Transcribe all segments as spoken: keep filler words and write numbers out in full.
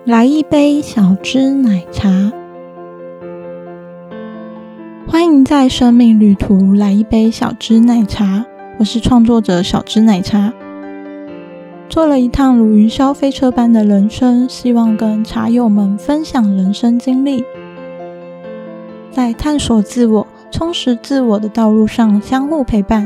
来一杯小资奶茶，欢迎在生命旅途来一杯小资奶茶。我是创作者小资奶茶，做了一趟如云霄飞车般的人生，希望跟茶友们分享人生经历，在探索自我、充实自我的道路上相互陪伴。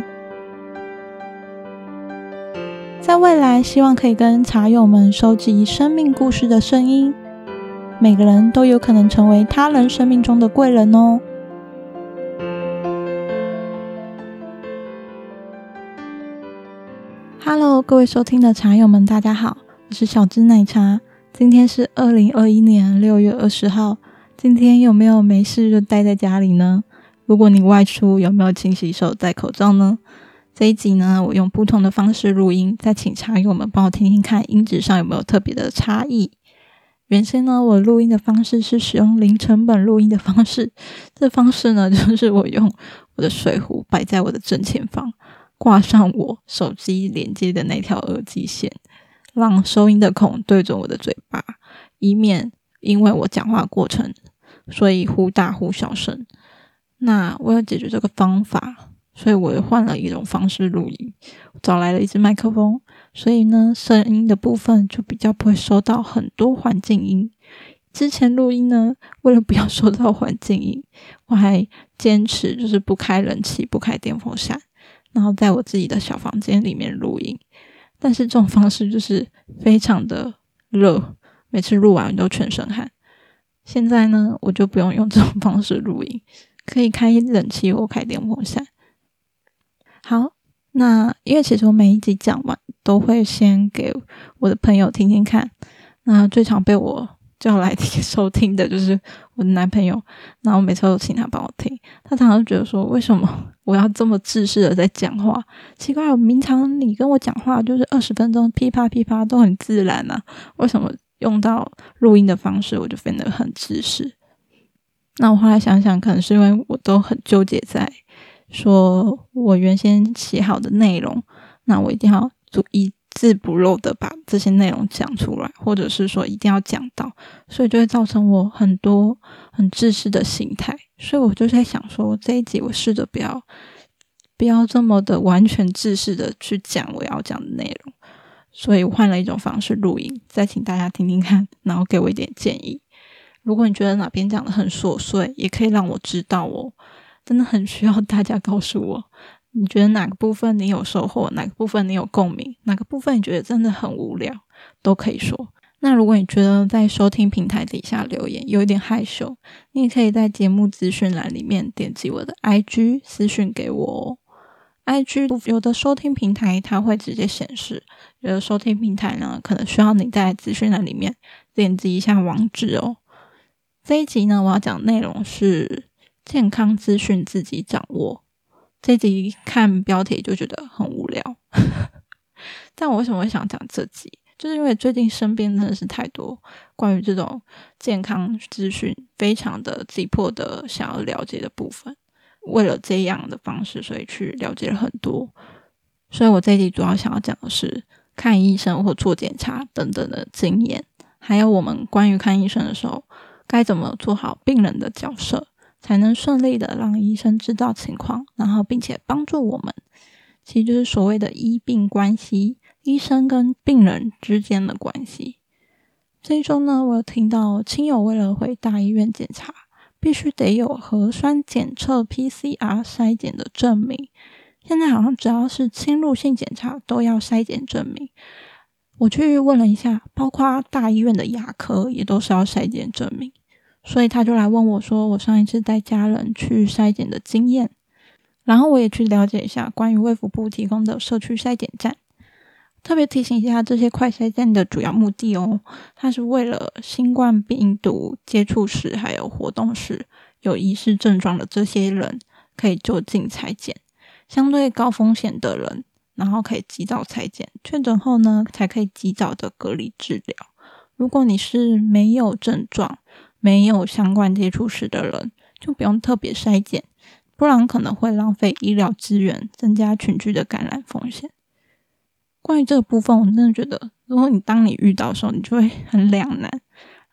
在未来，希望可以跟茶友们收集生命故事的声音，每个人都有可能成为他人生命中的贵人哦。Hello， 各位收听的茶友们，大家好，我是小资奶茶。今天是二零二一年六月二十号，今天有没有没事就待在家里呢？如果你外出，有没有勤洗手、戴口罩呢？这一集呢，我用不同的方式录音，再请茶友们帮我听听看音质上有没有特别的差异。原先呢，我录音的方式是使用零成本录音的方式，这方式呢，就是我用我的水壶摆在我的正前方，挂上我手机连接的那条耳机线，让收音的孔对准我的嘴巴，以免因为我讲话过程，所以忽大忽小声。那为了解决这个方法，所以我又换了一种方式录音，找来了一支麦克风，所以呢，声音的部分就比较不会收到很多环境音。之前录音呢，为了不要收到环境音，我还坚持就是不开冷气、不开电风扇，然后在我自己的小房间里面录音。但是这种方式就是非常的热，每次录完都全身汗。现在呢，我就不用用这种方式录音，可以开冷气或开电风扇。好，那因为其实我每一集讲完都会先给我的朋友听听看，那最常被我叫来听收听的就是我的男朋友，然后每次都请他帮我听，他常常觉得说为什么我要这么自私的在讲话，奇怪，我平常你跟我讲话就是二十分钟噼啪噼啪都很自然啊，为什么用到录音的方式我就变得很自私？那我后来想想，可能是因为我都很纠结在说我原先写好的内容，那我一定要一字不漏的把这些内容讲出来，或者是说一定要讲到，所以就会造成我很多很自私的心态。所以我就在想说，这一集我试着不要不要这么的完全自私的去讲我要讲的内容，所以我换了一种方式录音，再请大家听听看，然后给我一点建议。如果你觉得哪边讲的很琐碎，也可以让我知道哦，真的很需要大家告诉我，你觉得哪个部分你有收获，哪个部分你有共鸣，哪个部分你觉得真的很无聊，都可以说。那如果你觉得在收听平台底下留言有一点害羞，你也可以在节目资讯栏里面点击我的 I G 私讯给我哦。I G 有的收听平台它会直接显示，有的收听平台呢可能需要你在资讯栏里面点击一下网址哦。这一集呢，我要讲的内容是健康资讯自己掌握。这一集看标题就觉得很无聊但我为什么会想讲这集，就是因为最近身边真的是太多关于这种健康资讯非常的急迫的想要了解的部分，为了这样的方式所以去了解了很多，所以我这一集主要想要讲的是看医生或做检查等等的经验，还有我们关于看医生的时候该怎么做好病人的角色，才能顺利的让医生知道情况，然后并且帮助我们。其实就是所谓的医病关系，医生跟病人之间的关系。这一周呢，我有听到亲友为了回大医院检查，必须得有核酸检测 P C R 筛检的证明。现在好像只要是侵入性检查都要筛检证明。我去问了一下，包括大医院的牙科也都是要筛检证明，所以他就来问我说我上一次带家人去筛检的经验，然后我也去了解一下关于卫福部提供的社区筛检站。特别提醒一下，这些快筛站的主要目的哦，它是为了新冠病毒接触史还有活动史有疑似症状的这些人可以就近采检，相对高风险的人然后可以及早采检，确诊后呢才可以及早的隔离治疗。如果你是没有症状没有相关接触史的人，就不用特别筛检，不然可能会浪费医疗资源，增加群聚的感染风险。关于这个部分，我真的觉得如果你当你遇到的时候，你就会很两难，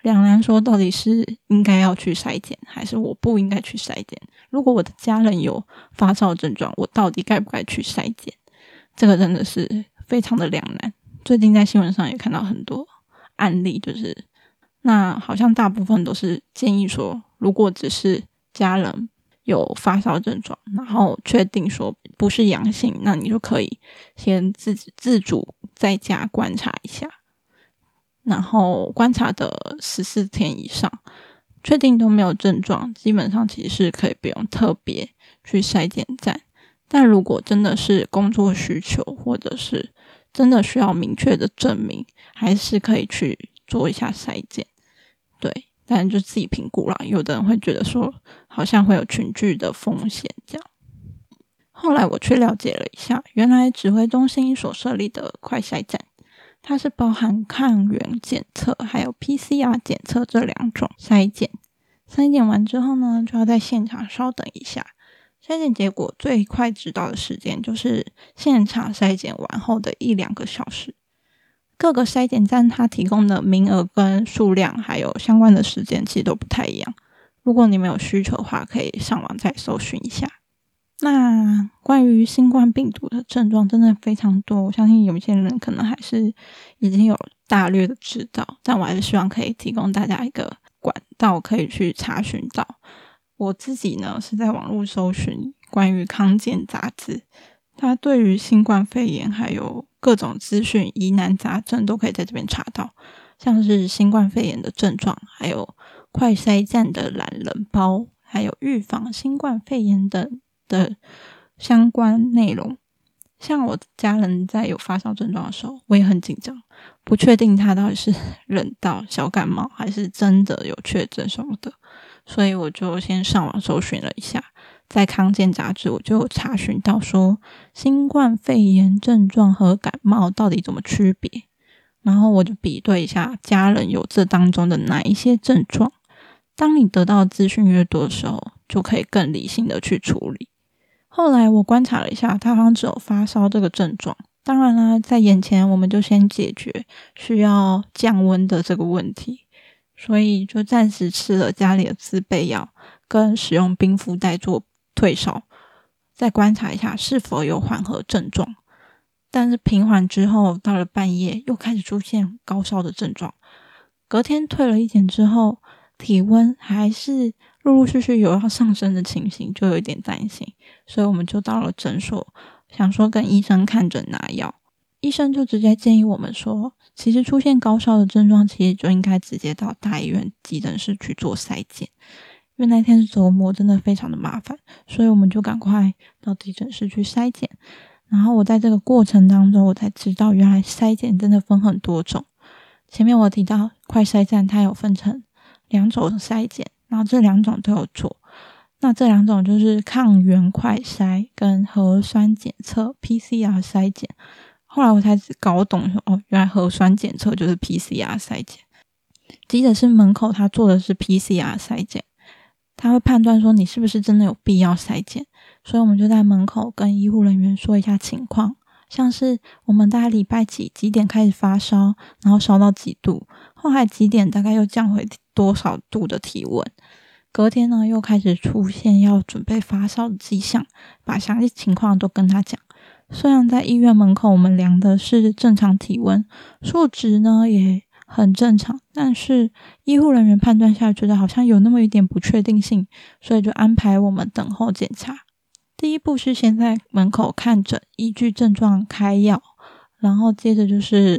两难说到底是应该要去筛检还是我不应该去筛检。如果我的家人有发烧症状，我到底该不该去筛检？这个真的是非常的两难。最近在新闻上也看到很多案例，就是那好像大部分都是建议说，如果只是家人有发烧症状，然后确定说不是阳性，那你就可以先自自主在家观察一下，然后观察的十四天以上，确定都没有症状，基本上其实是可以不用特别去筛检站。但如果真的是工作需求，或者是真的需要明确的证明，还是可以去做一下筛检。对，但就自己评估啦。有的人会觉得说好像会有群聚的风险这样。后来我去了解了一下，原来指挥中心所设立的快筛站，它是包含抗原检测还有 P C R 检测这两种筛检。筛检完之后呢，就要在现场稍等一下。筛检结果最快知道的时间就是现场筛检完后的一两个小时。各个筛检站它提供的名额跟数量还有相关的时间其实都不太一样。如果你们有需求的话，可以上网再搜寻一下。那关于新冠病毒的症状真的非常多，我相信有些人可能还是已经有大略的知道，但我还是希望可以提供大家一个管道可以去查询到。我自己呢是在网络搜寻关于康健杂志，它对于新冠肺炎还有各种资讯疑难杂症都可以在这边查到，像是新冠肺炎的症状，还有快筛站的懒人包，还有预防新冠肺炎等的相关内容。像我家人在有发烧症状的时候，我也很紧张，不确定他到底是冷到小感冒还是真的有确诊什么的，所以我就先上网搜寻了一下。在康健杂志我就有查询到说新冠肺炎症状和感冒到底怎么区别，然后我就比对一下家人有这当中的哪一些症状。当你得到资讯越多的时候，就可以更理性的去处理。后来我观察了一下，他好像只有发烧这个症状，当然啦，在眼前我们就先解决需要降温的这个问题，所以就暂时吃了家里的自备药跟使用冰敷袋做退烧，再观察一下是否有缓和症状。但是平缓之后，到了半夜又开始出现高烧的症状，隔天退了一点之后，体温还是陆陆续续有要上升的情形，就有一点担心，所以我们就到了诊所，想说跟医生看诊拿药。医生就直接建议我们说，其实出现高烧的症状，其实就应该直接到大医院急诊室去做筛检。因为那天是周末，真的非常的麻烦，所以我们就赶快到急诊室去筛检。然后我在这个过程当中，我才知道原来筛检真的分很多种。前面我提到快筛站它有分成两种筛检，然后这两种都有做。那这两种就是抗原快筛跟核酸检测 P C R 筛检。后来我才搞懂说，哦，原来核酸检测就是 P C R 筛检。急诊室门口他做的是 P C R 筛检，他会判断说你是不是真的有必要筛检，所以我们就在门口跟医护人员说一下情况，像是我们大概礼拜几几点开始发烧，然后烧到几度，后来几点大概又降回多少度的体温，隔天呢又开始出现要准备发烧的迹象，把详细情况都跟他讲。虽然在医院门口我们量的是正常体温，数值呢也很正常，但是医护人员判断下觉得好像有那么一点不确定性，所以就安排我们等候检查。第一步是先在门口看诊，依据症状开药，然后接着就是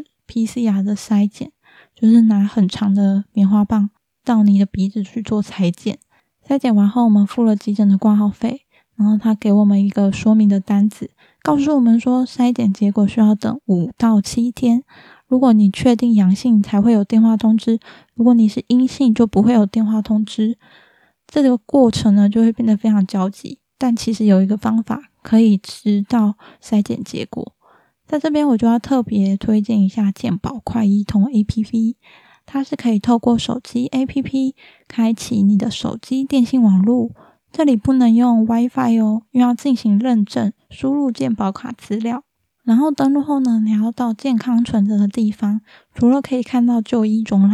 P C R 的筛检，就是拿很长的棉花棒到你的鼻子去做裁剪。筛检完后我们付了急诊的挂号费，然后他给我们一个说明的单子，告诉我们说筛检结果需要等五到七天，如果你确定阳性才会有电话通知，如果你是阴性就不会有电话通知。这个过程呢就会变得非常焦急，但其实有一个方法可以知道筛检结果。在这边我就要特别推荐一下健保快医通 A P P， 它是可以透过手机 A P P 开启你的手机电信网络，这里不能用 WiFi 哦，因为要进行认证，输入健保卡资料。然后登录后呢，你要到健康存折的地方，除了可以看到就医总览，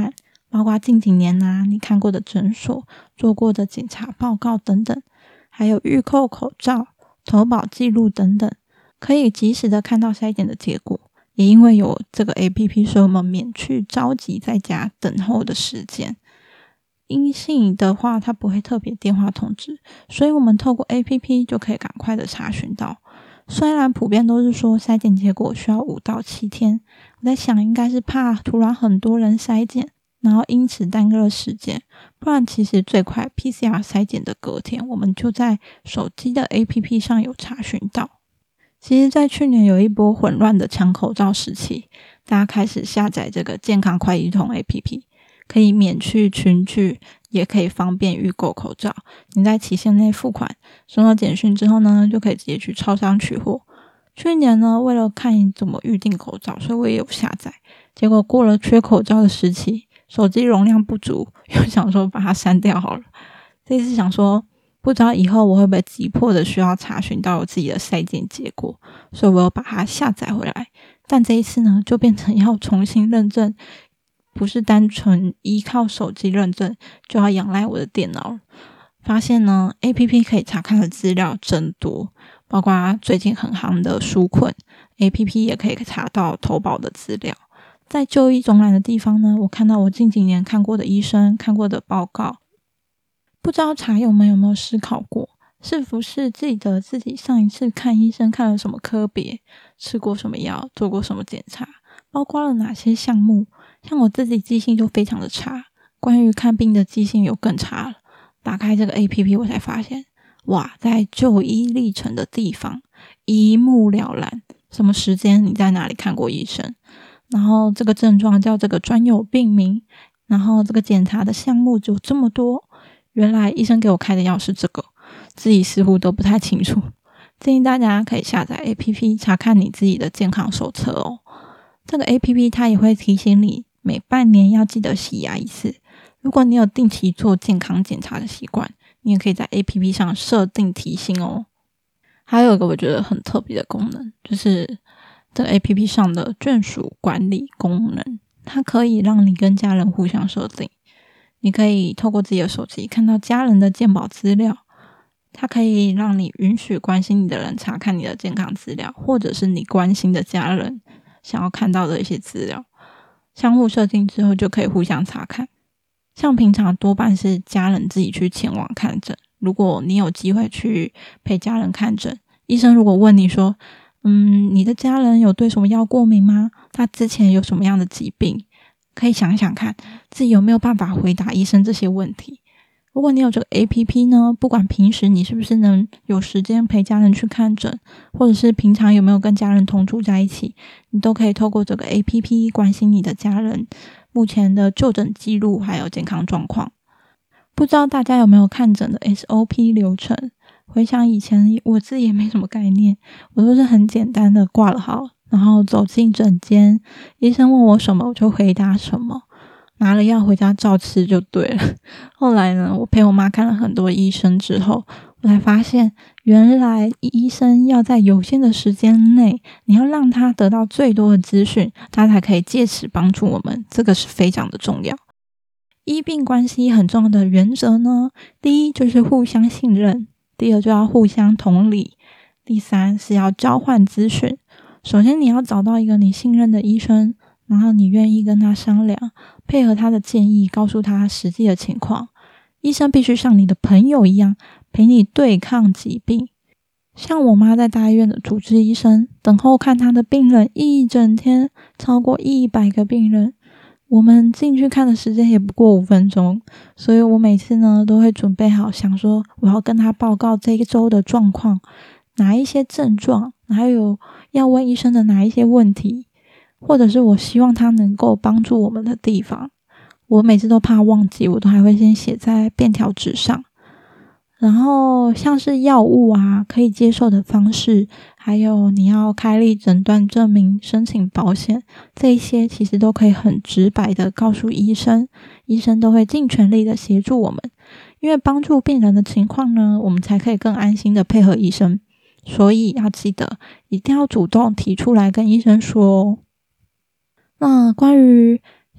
包括近几年啊你看过的诊所、做过的检查报告等等，还有预扣口罩、投保记录等等，可以及时的看到筛检的结果。也因为有这个 A P P， 所以我们免去着急在家等候的时间。阴性的话它不会特别电话通知，所以我们透过 A P P 就可以赶快的查询到。虽然普遍都是说筛检结果需要五到七天，我在想应该是怕突然很多人筛检，然后因此耽搁了时间，不然其实最快 P C R 筛检的隔天我们就在手机的 A P P 上有查询到。其实在去年有一波混乱的抢口罩时期，大家开始下载这个健康快易通 A P P， 可以免去群聚，也可以方便预购口罩。你在期限内付款，收到简讯之后呢，就可以直接去超商取货。去年呢，为了看怎么预订口罩，所以我也有下载。结果过了缺口罩的时期，手机容量不足，又想说把它删掉好了。这次想说，不知道以后我会不会急迫的需要查询到我自己的筛检结果，所以我有把它下载回来。但这一次呢，就变成要重新认证，不是单纯依靠手机认证，就要仰赖我的电脑了。发现呢 A P P 可以查看的资料真多，包括最近很夯的纾困 A P P 也可以查到投保的资料。在就医总览的地方呢，我看到我近几年看过的医生看过的报告。不知道茶友们有没有思考过，是不是记得自己上一次看医生看了什么科别，吃过什么药，做过什么检查，包括了哪些项目。像我自己记性就非常的差，关于看病的记性有更差了。打开这个 A P P 我才发现，哇，在就医历程的地方一目了然，什么时间你在哪里看过医生，然后这个症状叫这个专有病名，然后这个检查的项目就这么多，原来医生给我开的药是这个，自己似乎都不太清楚。建议大家可以下载 A P P 查看你自己的健康手册哦。这个 A P P 它也会提醒你每半年要记得洗牙一次。如果你有定期做健康检查的习惯，你也可以在 A P P 上设定提醒哦。还有一个我觉得很特别的功能，就是这个 A P P 上的眷属管理功能，它可以让你跟家人互相设定。你可以透过自己的手机看到家人的健保资料，它可以让你允许关心你的人查看你的健康资料，或者是你关心的家人想要看到的一些资料。相互设定之后就可以互相查看。像平常多半是家人自己去前往看诊，如果你有机会去陪家人看诊，医生如果问你说嗯，你的家人有对什么药过敏吗？他之前有什么样的疾病？可以想想看自己有没有办法回答医生这些问题。如果你有这个 A P P 呢，不管平时你是不是能有时间陪家人去看诊，或者是平常有没有跟家人同住在一起，你都可以透过这个 A P P 关心你的家人目前的就诊记录还有健康状况。不知道大家有没有看诊的 S O P 流程？回想以前我自己也没什么概念，我都是很简单的挂了号，然后走进诊间，医生问我什么我就回答什么，拿了药回家照吃就对了。后来呢，我陪我妈看了很多医生之后，我才发现原来医生要在有限的时间内，你要让他得到最多的资讯，他才可以借此帮助我们，这个是非常的重要。医病关系很重要的原则呢，第一就是互相信任，第二就要互相同理，第三是要交换资讯。首先你要找到一个你信任的医生，然后你愿意跟他商量，配合他的建议，告诉他实际的情况。医生必须像你的朋友一样陪你对抗疾病。像我妈在大医院的主治医生，等候看她的病人一整天，超过一百个病人，我们进去看的时间也不过五分钟，所以我每次呢都会准备好，想说我要跟他报告这一周的状况，哪一些症状，还有要问医生的哪一些问题，或者是我希望他能够帮助我们的地方。我每次都怕忘记，我都还会先写在便条纸上。然后像是药物啊，可以接受的方式，还有你要开立诊断证明、申请保险，这一些其实都可以很直白的告诉医生，医生都会尽全力的协助我们。因为帮助病人的情况呢，我们才可以更安心的配合医生。所以要记得一定要主动提出来跟医生说哦。那关于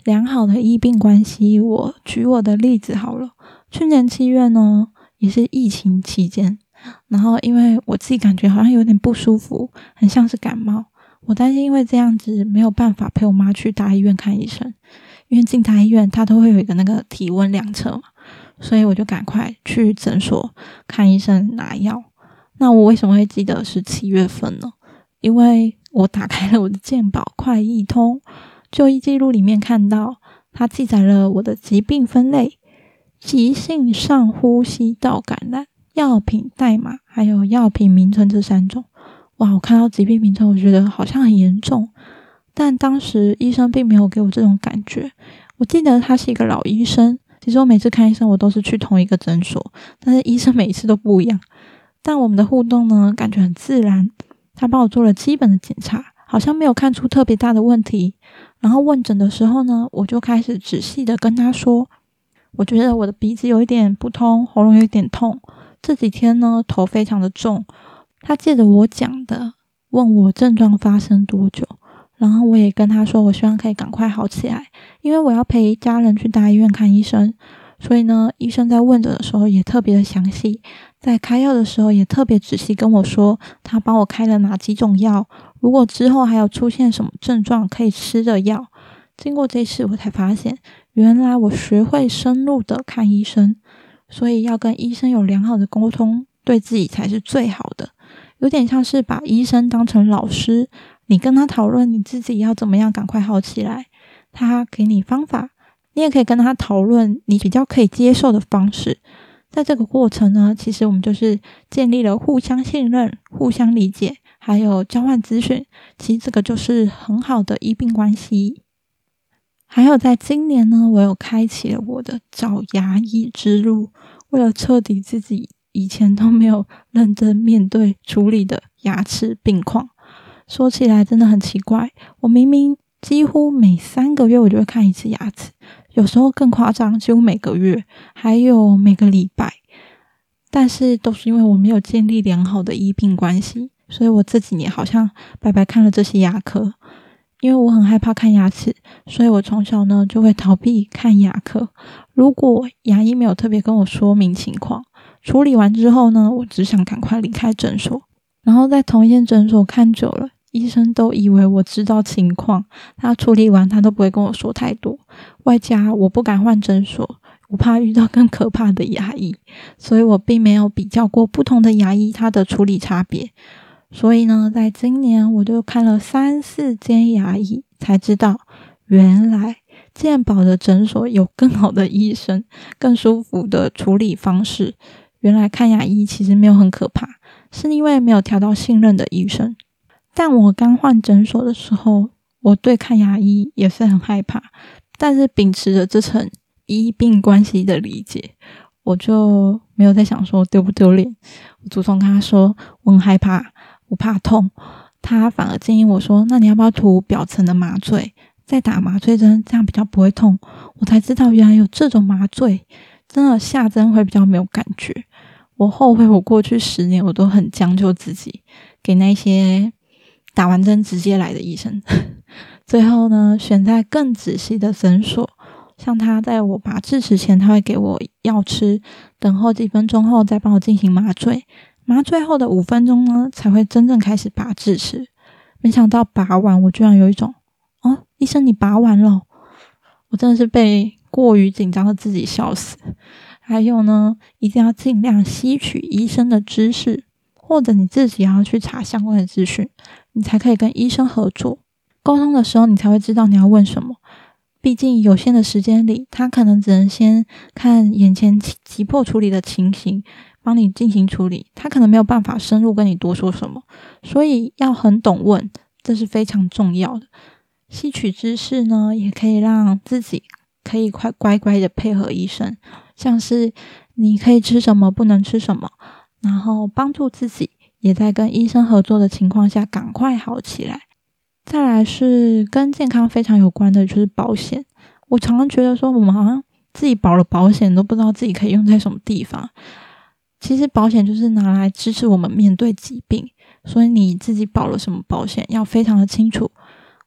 良好的医病关系，我举我的例子好了。去年七月呢，也是疫情期间，然后因为我自己感觉好像有点不舒服，很像是感冒，我担心因为这样子没有办法陪我妈去大医院看医生，因为进大医院它都会有一个那个体温量测嘛，所以我就赶快去诊所看医生拿药。那我为什么会记得是七月份呢？因为我打开了我的健保快易通就医记录，里面看到它记载了我的疾病分类：急性上呼吸道感染、药品代码还有药品名称这三种。哇，我看到疾病名称我觉得好像很严重，但当时医生并没有给我这种感觉。我记得他是一个老医生，其实我每次看医生我都是去同一个诊所，但是医生每一次都不一样，但我们的互动呢感觉很自然。他帮我做了基本的检查，好像没有看出特别大的问题。然后问诊的时候呢，我就开始仔细的跟他说，我觉得我的鼻子有一点不通，喉咙有一点痛，这几天呢头非常的重。他借着我讲的问我症状发生多久，然后我也跟他说我希望可以赶快好起来，因为我要陪家人去大医院看医生。所以呢，医生在问诊的时候也特别的详细，在开药的时候也特别仔细跟我说他帮我开了哪几种药，如果之后还有出现什么症状可以吃的药。经过这次我才发现，原来我学会深入的看医生，所以要跟医生有良好的沟通，对自己才是最好的。有点像是把医生当成老师，你跟他讨论你自己要怎么样赶快好起来，他给你方法，你也可以跟他讨论你比较可以接受的方式。在这个过程呢，其实我们就是建立了互相信任、互相理解，还有交换资讯，其实这个就是很好的医病关系。还有在今年呢，我有开启了我的找牙医之路，为了彻底自己以前都没有认真面对处理的牙齿病况。说起来真的很奇怪，我明明几乎每三个月我就会看一次牙齿，有时候更夸张，几乎每个月，还有每个礼拜。但是都是因为我没有建立良好的医病关系，所以我这几年好像白白看了这些牙科。因为我很害怕看牙齿，所以我从小呢就会逃避看牙科。如果牙医没有特别跟我说明情况，处理完之后呢，我只想赶快离开诊所。然后在同一间诊所看久了，医生都以为我知道情况，他处理完他都不会跟我说太多。外加我不敢换诊所，我怕遇到更可怕的牙医，所以我并没有比较过不同的牙医他的处理差别。所以呢，在今年我就看了三四间牙医，才知道原来健保的诊所有更好的医生，更舒服的处理方式。原来看牙医其实没有很可怕，是因为没有挑到信任的医生。但我刚换诊所的时候，我对看牙医也是很害怕，但是秉持着这层医病关系的理解，我就没有在想说丢不丢脸。我主动跟他说我很害怕，我怕痛，他反而建议我说，那你要不要涂表层的麻醉，再打麻醉针，这样比较不会痛。我才知道原来有这种麻醉，真的下针会比较没有感觉。我后悔我过去十年我都很将就自己，给那些打完针直接来的医生最后呢，选在更仔细的诊所，像他在我拔智齿前他会给我药吃，等候几分钟后再帮我进行麻醉，麻醉后的五分钟呢才会真正开始拔智齿。没想到拔完我居然有一种哦，医生你拔完了，我真的是被过于紧张的自己笑死。还有呢，一定要尽量吸取医生的知识，或者你自己要去查相关的资讯，你才可以跟医生合作沟通的时候，你才会知道你要问什么。毕竟有限的时间里，他可能只能先看眼前急迫处理的情形，帮你进行处理，他可能没有办法深入跟你多说什么，所以要很懂问，这是非常重要的。吸取知识呢，也可以让自己可以快乖乖的配合医生，像是你可以吃什么，不能吃什么，然后帮助自己也在跟医生合作的情况下赶快好起来。再来是跟健康非常有关的，就是保险。我常常觉得说我们好像自己保了保险都不知道自己可以用在什么地方。其实保险就是拿来支持我们面对疾病，所以你自己保了什么保险要非常的清楚。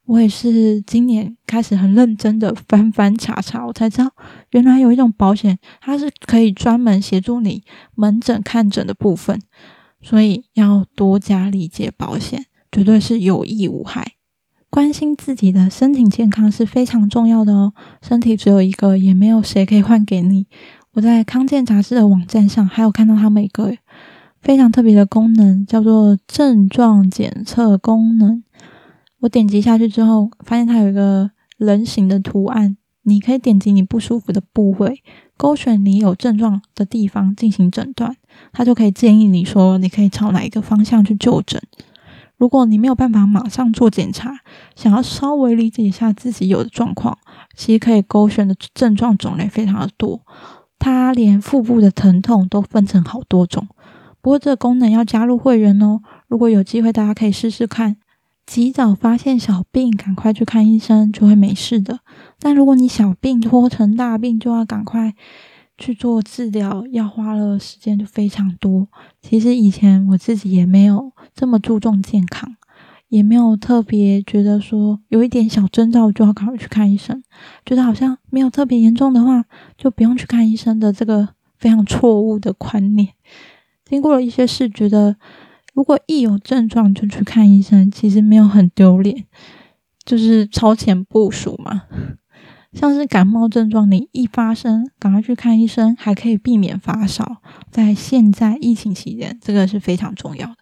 我也是今年开始很认真的翻翻查查，我才知道原来有一种保险它是可以专门协助你门诊看诊的部分，所以要多加理解保险，绝对是有益无害。关心自己的身体健康是非常重要的哦，身体只有一个，也没有谁可以换给你。我在康健杂志的网站上还有看到他们一个非常特别的功能，叫做症状检测功能。我点击下去之后，发现它有一个人形的图案，你可以点击你不舒服的部位，勾选你有症状的地方进行诊断，它就可以建议你说你可以朝哪一个方向去就诊。如果你没有办法马上做检查，想要稍微理解一下自己有的状况，其实可以勾选的症状种类非常的多，它连腹部的疼痛都分成好多种。不过这个功能要加入会员哦，如果有机会大家可以试试看，及早发现小病，赶快去看医生就会没事的。但如果你小病拖成大病，就要赶快去做治疗，要花了时间就非常多。其实以前我自己也没有这么注重健康，也没有特别觉得说有一点小征兆就要赶快去看医生，觉得好像没有特别严重的话就不用去看医生的这个非常错误的观念。经过了一些事，觉得如果一有症状就去看医生，其实没有很丢脸，就是超前部署嘛。像是感冒症状，你一发生赶快去看医生，还可以避免发烧。在现在疫情期间，这个是非常重要的。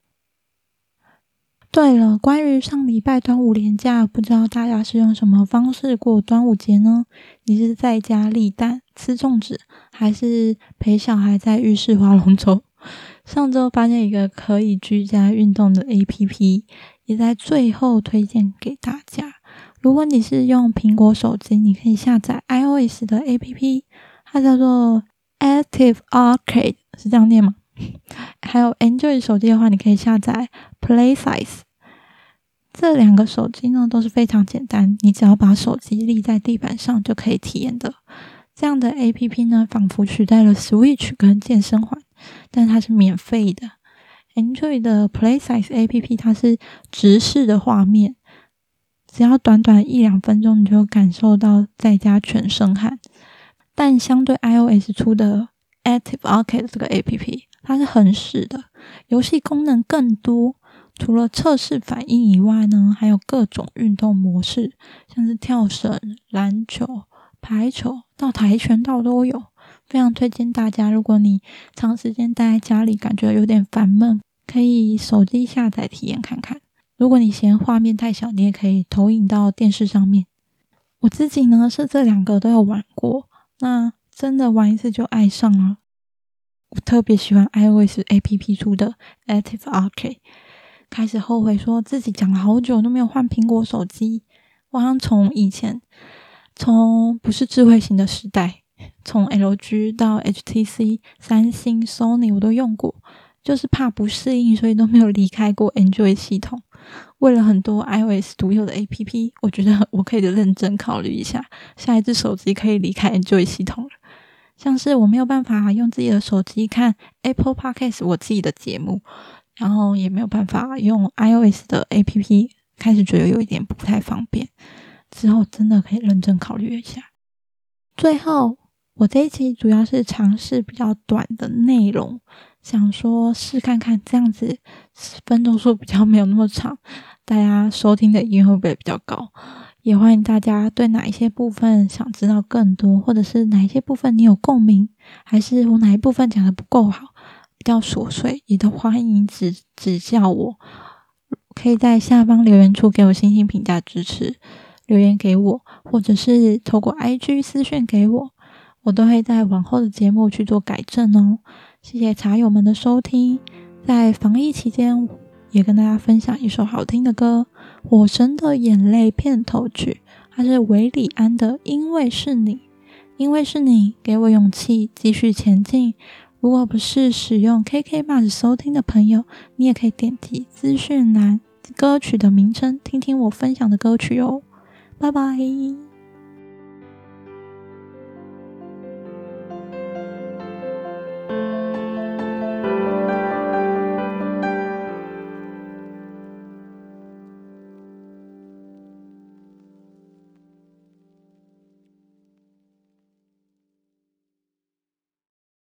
对了，关于上礼拜端午连假，不知道大家是用什么方式过端午节呢？你是在家立蛋吃粽子，还是陪小孩在浴室划龙舟？上周发现一个可以居家运动的 A P P， 也在最后推荐给大家。如果你是用苹果手机，你可以下载 iOS 的 A P P， 它叫做 Active Arcade， 是这样念吗？还有 Android 手机的话，你可以下载 Playsize。这两个手机呢都是非常简单，你只要把手机立在地板上就可以体验的。这样的 A P P 呢，仿佛取代了 Switch 跟健身环，但它是免费的。Android 的 Playsize A P P 它是直视的画面，只要短短一两分钟，你就感受到在家全身汗。但相对 iOS 出的 Active Arcade 这个 A P P， 它是横式的，游戏功能更多。除了测试反应以外呢，还有各种运动模式，像是跳绳、篮球、排球到跆拳道都有。非常推荐大家，如果你长时间待在家里感觉有点烦闷，可以手机下载体验看看。如果你嫌画面太小，你也可以投影到电视上面。我自己呢是这两个都有玩过，那真的玩一次就爱上了。我特别喜欢 iOS A P P 出的 Active Arcade， 开始后悔说自己讲了好久都没有换苹果手机。我好像从以前从不是智慧型的时代，从 L G 到 H T C、 三星、 Sony 我都用过，就是怕不适应，所以都没有离开过 Android 系统。为了很多 iOS 独有的 A P P， 我觉得我可以认真考虑一下，下一只手机可以离开 Android 系统了。像是我没有办法用自己的手机看 Apple Podcast 我自己的节目，然后也没有办法用 iOS 的 A P P， 开始觉得有一点不太方便，之后真的可以认真考虑一下。最后我这一期主要是尝试比较短的内容，想说试看看这样子分钟数比较没有那么长，大家收听的意愿会不会比较高。也欢迎大家对哪一些部分想知道更多，或者是哪一些部分你有共鸣，还是我哪一部分讲的不够好，比较琐碎，也都欢迎指指教我。可以在下方留言处给我星星评价支持，留言给我，或者是透过 I G 私讯给我，我都会在往后的节目去做改正哦。谢谢茶友们的收听，在防疫期间也跟大家分享一首好听的歌，《火神的眼泪》片头曲，它是韦礼安的《因为是你》，因为是你给我勇气继续前进。如果不是使用 K K B O X 收听的朋友，你也可以点击资讯栏歌曲的名称听听我分享的歌曲哦。拜拜。